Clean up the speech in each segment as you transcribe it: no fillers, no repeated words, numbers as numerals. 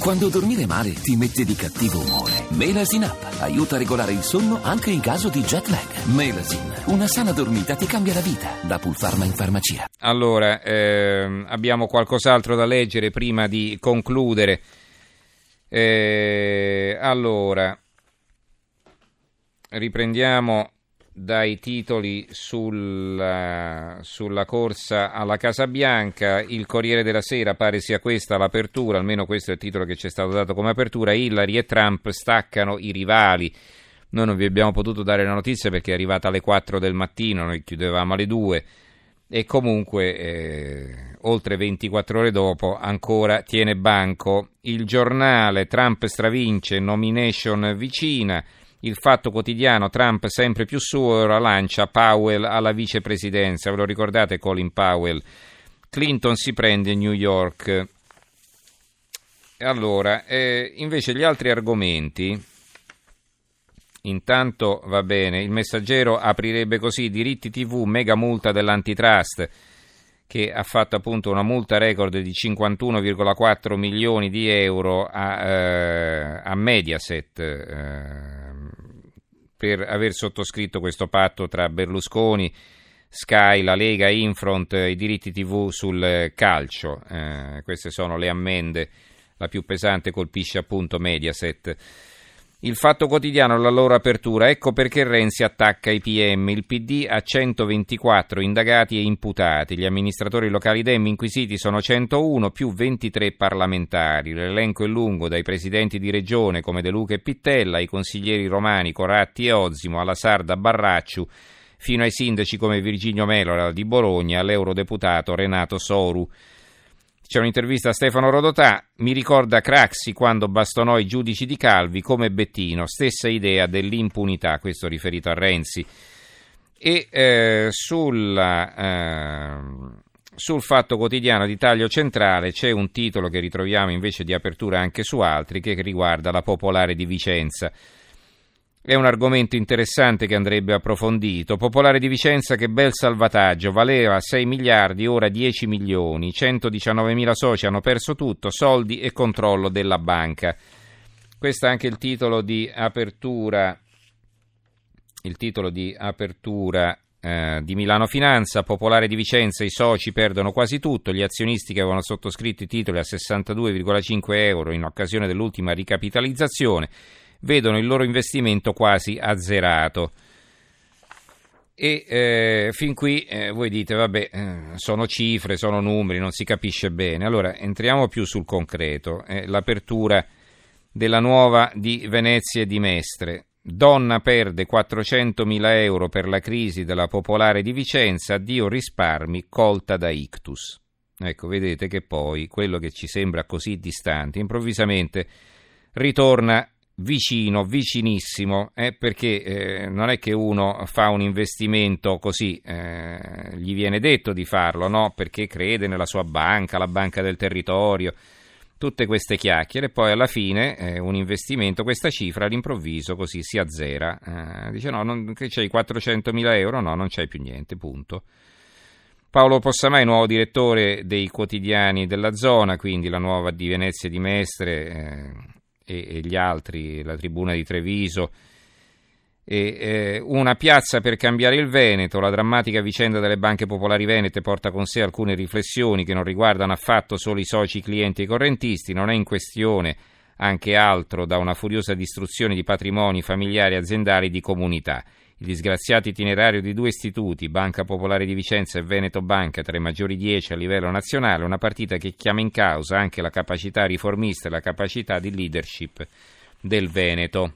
Quando dormire male ti mette di cattivo umore. Melasin Up aiuta a regolare il sonno anche in caso di jet lag. Melasin, una sana dormita ti cambia la vita. Da Pulpharma in farmacia. Allora, abbiamo qualcos'altro da leggere prima di concludere. Allora, riprendiamo dai titoli sulla corsa alla Casa Bianca. Il Corriere della Sera pare sia questa l'apertura, almeno questo è il titolo che ci è stato dato come apertura. Hillary e Trump staccano i rivali. Noi non vi abbiamo potuto dare la notizia perché è arrivata alle 4 del mattino, noi chiudevamo alle 2 e comunque oltre 24 ore dopo ancora tiene banco. Il Giornale: Trump stravince, nomination vicina. Il Fatto Quotidiano: Trump sempre più suo, ora lancia Powell alla vicepresidenza. Ve lo ricordate Colin Powell? Clinton si prende New York. Allora, invece gli altri argomenti, intanto va bene, il Messaggero aprirebbe così: diritti TV, mega multa dell'antitrust, che ha fatto appunto una multa record di 51,4 milioni di euro a Mediaset per aver sottoscritto questo patto tra Berlusconi, Sky, la Lega, Infront, i diritti TV sul calcio. Queste sono le ammende, la più pesante colpisce appunto Mediaset. Il Fatto Quotidiano, la loro apertura: ecco perché Renzi attacca i PM, il PD ha 124 indagati e imputati, gli amministratori locali Dem inquisiti sono 101 più 23 parlamentari, l'elenco è lungo, dai presidenti di regione come De Luca e Pittella, ai consiglieri romani Coratti e Ozzimo, alla sarda Barracciu, fino ai sindaci come Virginio Melora di Bologna, all'eurodeputato Renato Soru. C'è un'intervista a Stefano Rodotà: mi ricorda Craxi quando bastonò i giudici di Calvi come Bettino, stessa idea dell'impunità, questo riferito a Renzi. E sul Fatto Quotidiano di taglio centrale c'è un titolo che ritroviamo invece di apertura anche su altri, che riguarda la Popolare di Vicenza. È un argomento interessante che andrebbe approfondito. Popolare di Vicenza, che bel salvataggio, valeva 6 miliardi, ora 10 milioni, 119.000 soci hanno perso tutto, soldi e controllo della banca. Questo è anche il titolo di apertura, di Milano Finanza. Popolare di Vicenza, i soci perdono quasi tutto, gli azionisti che avevano sottoscritto i titoli a 62,5 euro in occasione dell'ultima ricapitalizzazione vedono il loro investimento quasi azzerato. E fin qui voi dite vabbè, sono cifre, sono numeri, non si capisce bene. Allora entriamo più sul concreto. L'apertura della Nuova di Venezia e di Mestre: donna perde 400.000 euro per la crisi della Popolare di Vicenza, addio risparmi, colta da ictus. Ecco, vedete che poi quello che ci sembra così distante improvvisamente ritorna vicinissimo, perché non è che uno fa un investimento così, gli viene detto di farlo, no? Perché crede nella sua banca, la banca del territorio, tutte queste chiacchiere, poi alla fine un investimento, questa cifra all'improvviso così si azzera, dice no, che c'hai 400.000 euro, no, non c'hai più niente, punto. Paolo Possamai, nuovo direttore dei quotidiani della zona, quindi la Nuova di Venezia e di Mestre, e gli altri, la Tribuna di Treviso, una piazza per cambiare il Veneto. La drammatica vicenda delle banche popolari venete porta con sé alcune riflessioni che non riguardano affatto solo i soci, clienti e correntisti. Non è in questione anche altro da una furiosa distruzione di patrimoni familiari, aziendali, di comunità. Il disgraziato itinerario di due istituti, Banca Popolare di Vicenza e Veneto Banca, tra i maggiori 10 a livello nazionale, una partita che chiama in causa anche la capacità riformista e la capacità di leadership del Veneto.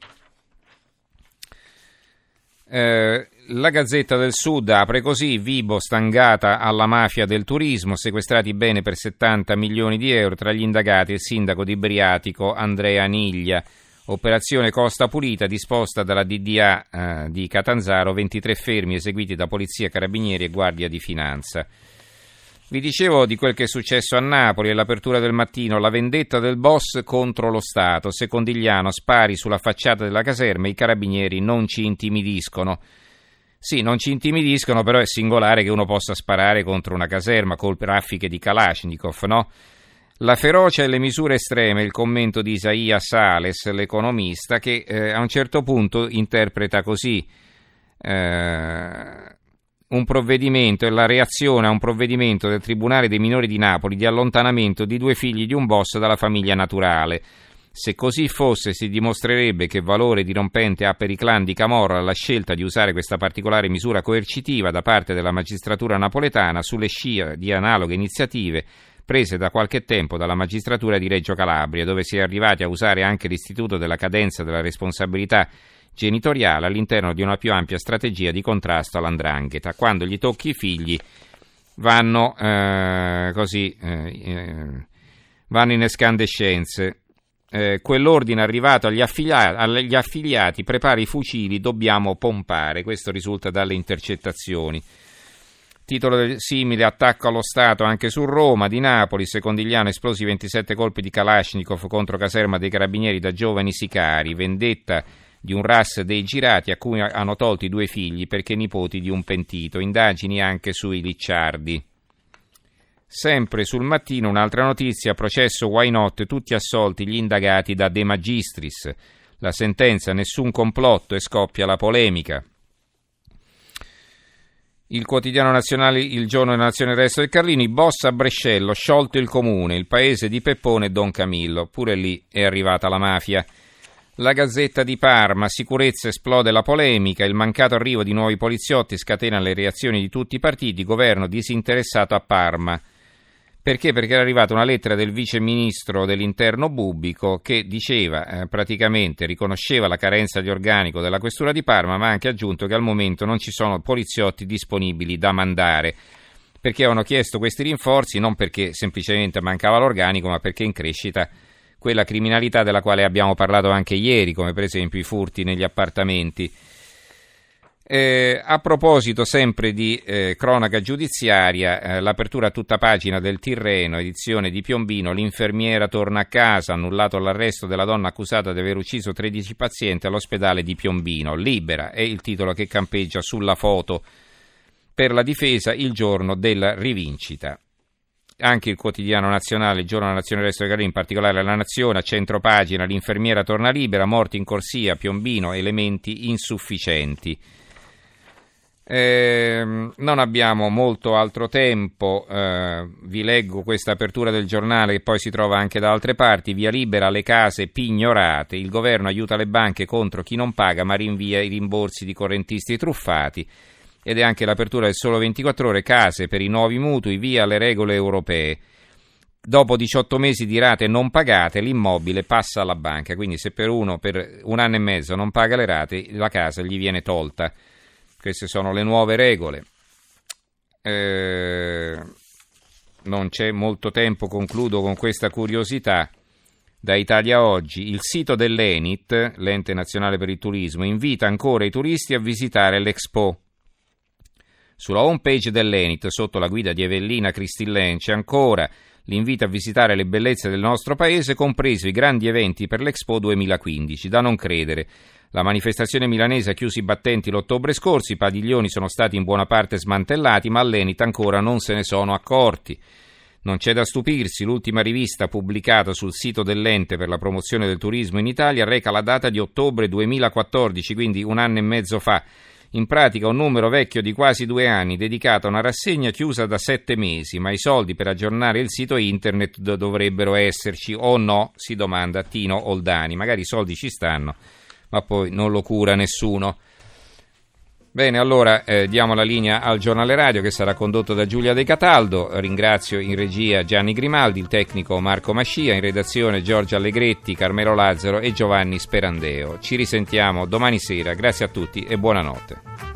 La Gazzetta del Sud apre così: Vibo stangata alla mafia del turismo, sequestrati bene per 70 milioni di euro, tra gli indagati il sindaco di Briatico Andrea Niglia. Operazione Costa Pulita disposta dalla DDA di Catanzaro, 23 fermi eseguiti da polizia, carabinieri e guardia di finanza. Vi dicevo di quel che è successo a Napoli all'apertura del mattino: la vendetta del boss contro lo Stato. Secondigliano: spari sulla facciata della caserma, i carabinieri non ci intimidiscono. Sì, non ci intimidiscono, però è singolare che uno possa sparare contro una caserma con raffiche di Kalashnikov, no? La ferocia e le misure estreme, il commento di Isaia Sales, l'economista, che a un certo punto interpreta così un provvedimento e la reazione a un provvedimento del Tribunale dei minori di Napoli di allontanamento di 2 figli di un boss dalla famiglia naturale. Se così fosse, si dimostrerebbe che valore dirompente ha per i clan di Camorra la scelta di usare questa particolare misura coercitiva da parte della magistratura napoletana sulle scia di analoghe iniziative prese da qualche tempo dalla magistratura di Reggio Calabria, dove si è arrivati a usare anche l'istituto della cadenza della responsabilità genitoriale all'interno di una più ampia strategia di contrasto all''ndrangheta. Quando gli tocchi i figli vanno vanno in escandescenze. Quell'ordine arrivato agli affiliati: prepara i fucili, dobbiamo pompare. Questo risulta dalle intercettazioni. Titolo simile: attacco allo Stato anche su Roma. Di Napoli, Secondigliano, esplosi 27 colpi di Kalashnikov contro caserma dei carabinieri da giovani sicari. Vendetta di un RAS dei girati a cui hanno tolto i 2 figli perché nipoti di un pentito. Indagini anche sui Licciardi. Sempre sul Mattino un'altra notizia: processo Why Not, tutti assolti gli indagati da De Magistris. La sentenza: nessun complotto, e scoppia la polemica. Il Quotidiano Nazionale, Il Giorno della Nazione, il Resto del Carlini: boss a Brescello, sciolto il comune, il paese di Peppone e Don Camillo. Pure lì è arrivata la mafia. La Gazzetta di Parma: sicurezza, esplode la polemica, il mancato arrivo di nuovi poliziotti scatena le reazioni di tutti i partiti, governo disinteressato a Parma. Perché? Perché era arrivata una lettera del vice ministro dell'interno Bubbico che diceva, praticamente riconosceva la carenza di organico della questura di Parma, ma ha anche aggiunto che al momento non ci sono poliziotti disponibili da mandare. Perché avevano chiesto questi rinforzi? Non perché semplicemente mancava l'organico, ma perché in crescita quella criminalità della quale abbiamo parlato anche ieri, come per esempio i furti negli appartamenti. A proposito sempre di cronaca giudiziaria, l'apertura a tutta pagina del Tirreno, edizione di Piombino: l'infermiera torna a casa, annullato l'arresto della donna accusata di aver ucciso 13 pazienti all'ospedale di Piombino. Libera è il titolo che campeggia sulla foto. Per la difesa, il giorno della rivincita. Anche il Quotidiano Nazionale, Il Giorno della Nazione, il Resto del Carlino, in particolare La Nazione, a centropagina: l'infermiera torna libera, morti in corsia, Piombino, elementi insufficienti. Non abbiamo molto altro tempo, vi leggo questa apertura del giornale che poi si trova anche da altre parti. Via libera alle case pignorate, il governo aiuta le banche contro chi non paga ma rinvia i rimborsi di correntisti truffati. Ed è anche l'apertura del Sole 24 Ore: case per i nuovi mutui, via le regole europee. Dopo 18 mesi di rate non pagate, l'immobile passa alla banca, quindi se per un anno e mezzo non paga le rate, la casa gli viene tolta. Queste sono le nuove regole. Non c'è molto tempo, concludo con questa curiosità. Da Italia Oggi: il sito dell'Enit, l'Ente Nazionale per il Turismo, invita ancora i turisti a visitare l'Expo. Sulla homepage dell'Enit, sotto la guida di Evellina Cristillen, c'è ancora l'invito a visitare le bellezze del nostro paese, compreso i grandi eventi per l'Expo 2015. Da non credere. La manifestazione milanese ha chiuso i battenti l'ottobre scorso, i padiglioni sono stati in buona parte smantellati, ma all'Enit ancora non se ne sono accorti. Non c'è da stupirsi, l'ultima rivista pubblicata sul sito dell'ente per la promozione del turismo in Italia reca la data di ottobre 2014, quindi un anno e mezzo fa. In pratica un numero vecchio di quasi 2 anni, dedicato a una rassegna chiusa da 7 mesi, ma i soldi per aggiornare il sito internet dovrebbero esserci, o no, si domanda Tino Oldani. Magari i soldi ci stanno, ma poi non lo cura nessuno. Bene, allora diamo la linea al giornale radio che sarà condotto da Giulia De Cataldo. Ringrazio in regia Gianni Grimaldi, il tecnico Marco Mascia, in redazione Giorgio Allegretti, Carmelo Lazzaro e Giovanni Sperandeo. Ci risentiamo domani sera, grazie a tutti e buonanotte.